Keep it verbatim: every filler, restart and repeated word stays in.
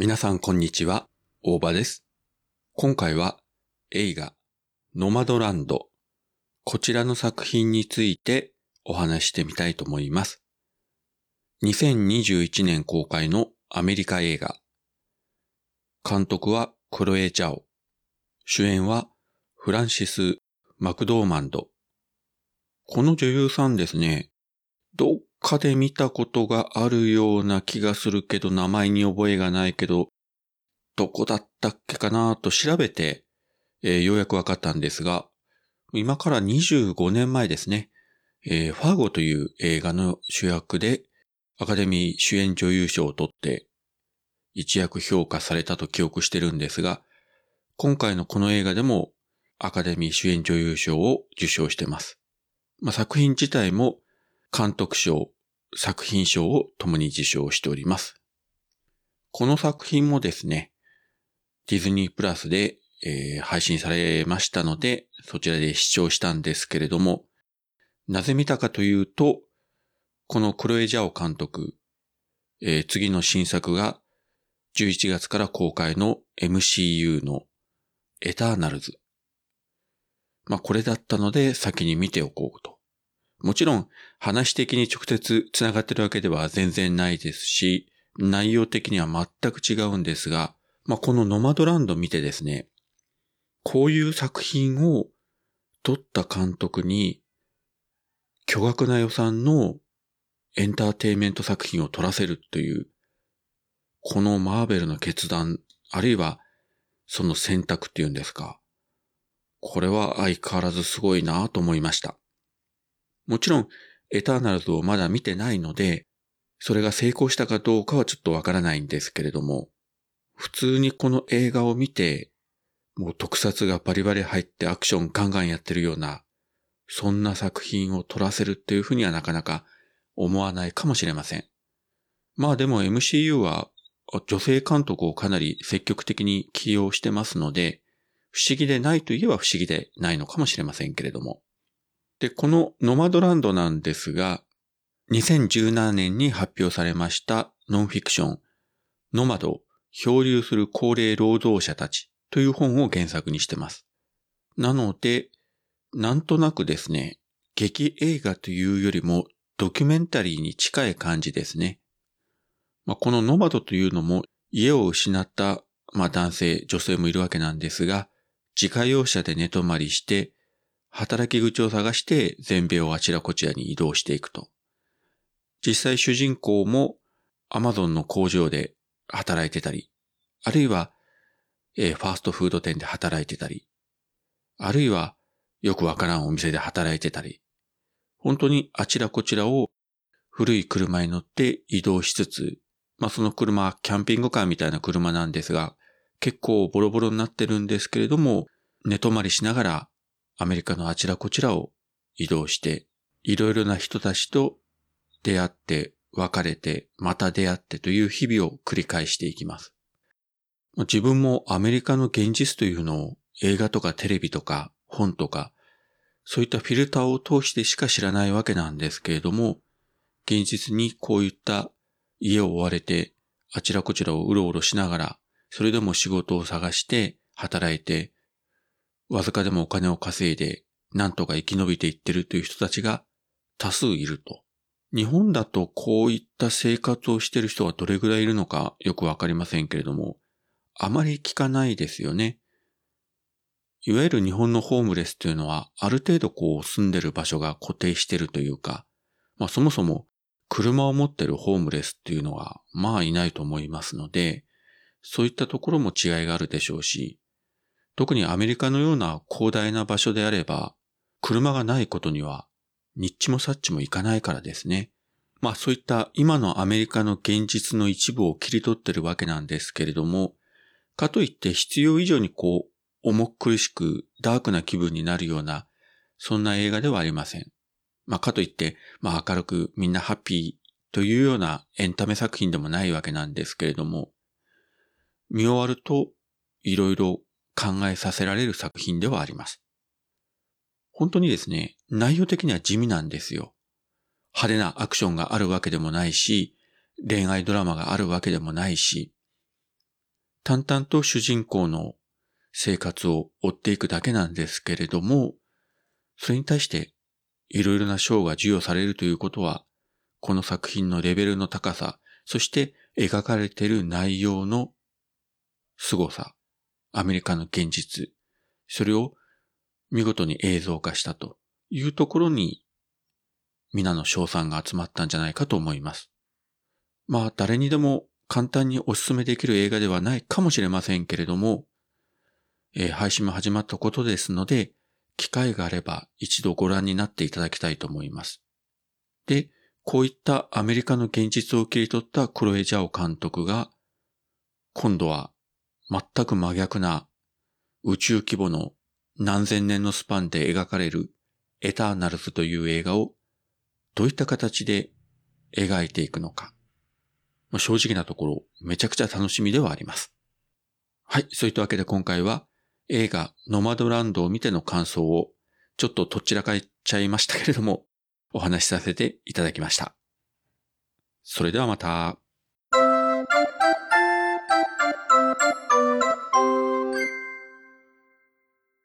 皆さんこんにちは、大場です。今回は映画ノマドランド、こちらの作品についてお話してみたいと思います。にせんにじゅういちねん公開のアメリカ映画。監督はクロエ・ジャオ。主演はフランシス・マクドーマンド。この女優さんですね、どっかで見たことがあるような気がするけど名前に覚えがないけど、どこだったっけかなと調べて、えー、ようやくわかったんですが、今からにじゅうごねんまえですね、えー、ファーゴという映画の主役でアカデミー主演女優賞を取って一躍評価されたと記憶してるんですが、今回のこの映画でもアカデミー主演女優賞を受賞しています。まあ、作品自体も監督賞、作品賞を共に受賞しております。この作品もですね、ディズニープラスで、えー、配信されましたので、そちらで視聴したんですけれども、なぜ見たかというと、このクロエ・ジャオ監督、えー、次の新作がじゅういちがつから公開の エムシーユー のエターナルズ。まあこれだったので先に見ておこうと。もちろん話的に直接つながってるわけでは全然ないですし、内容的には全く違うんですが、まあこのノマドランド見てですね、こういう作品を撮った監督に巨額な予算のエンターテインメント作品を撮らせるという、このマーベルの決断、あるいはその選択っていうんですか、これは相変わらずすごいなと思いました。もちろん、エターナルズをまだ見てないので、それが成功したかどうかはちょっとわからないんですけれども、普通にこの映画を見て、もう特撮がバリバリ入ってアクションガンガンやってるような、そんな作品を撮らせるっていうふうにはなかなか思わないかもしれません。まあでも エムシーユー は女性監督をかなり積極的に起用してますので、不思議でないといえば不思議でないのかもしれませんけれども。で、このノマドランドなんですが、にせんじゅうななねんに発表されましたノンフィクション、ノマド、漂流する高齢労働者たちという本を原作にしてます。なので、なんとなくですね、劇映画というよりもドキュメンタリーに近い感じですね。まあ、このノマドというのも家を失った、まあ、男性、女性もいるわけなんですが、自家用車で寝泊まりして、働き口を探して全米をあちらこちらに移動していくと。実際主人公もアマゾンの工場で働いてたり、あるいは、えー、ファーストフード店で働いてたり、あるいはよくわからんお店で働いてたり、本当にあちらこちらを古い車に乗って移動しつつ、まあその車はキャンピングカーみたいな車なんですが、結構ボロボロになってるんですけれども、寝泊まりしながらアメリカのあちらこちらを移動して、いろいろな人たちと出会って、別れて、また出会ってという日々を繰り返していきます。自分もアメリカの現実というのを映画とかテレビとか本とか、そういったフィルターを通してしか知らないわけなんですけれども、現実にこういった家を追われて、あちらこちらをうろうろしながら、それでも仕事を探して働いて、わずかでもお金を稼いで、なんとか生き延びていってるという人たちが多数いると。日本だとこういった生活をしている人がどれぐらいいるのかよくわかりませんけれども、あまり聞かないですよね。いわゆる日本のホームレスというのは、ある程度こう住んでる場所が固定してるというか、まあそもそも車を持ってるホームレスっていうのはまあいないと思いますので、そういったところも違いがあるでしょうし、特にアメリカのような広大な場所であれば、車がないことには、ニッチもサッチもいかないからですね。まあそういった今のアメリカの現実の一部を切り取ってるわけなんですけれども、かといって必要以上にこう、重苦しくダークな気分になるような、そんな映画ではありません。まあかといって、まあ明るくみんなハッピーというようなエンタメ作品でもないわけなんですけれども、見終わるといろいろ考えさせられる作品ではあります。本当にですね、内容的には地味なんですよ。派手なアクションがあるわけでもないし、恋愛ドラマがあるわけでもないし、 淡々と主人公の生活を追っていくだけなんですけれども、それに対していろいろな賞が授与されるということは、この作品のレベルの高さ、そして描かれている内容の凄さ、アメリカの現実、それを見事に映像化したというところに、皆の賞賛が集まったんじゃないかと思います。まあ、誰にでも簡単にお勧めできる映画ではないかもしれませんけれども、えー、配信も始まったことですので、機会があれば一度ご覧になっていただきたいと思います。で、こういったアメリカの現実を切り取ったクロエ・ジャオ監督が、今度は全く真逆な宇宙規模の何千年のスパンで描かれるエターナルズという映画をどういった形で描いていくのか。正直なところめちゃくちゃ楽しみではあります。はい、そういったわけで今回は映画ノマドランドを見ての感想をちょっととっちらかっちゃいましたけれどもお話しさせていただきました。それではまた。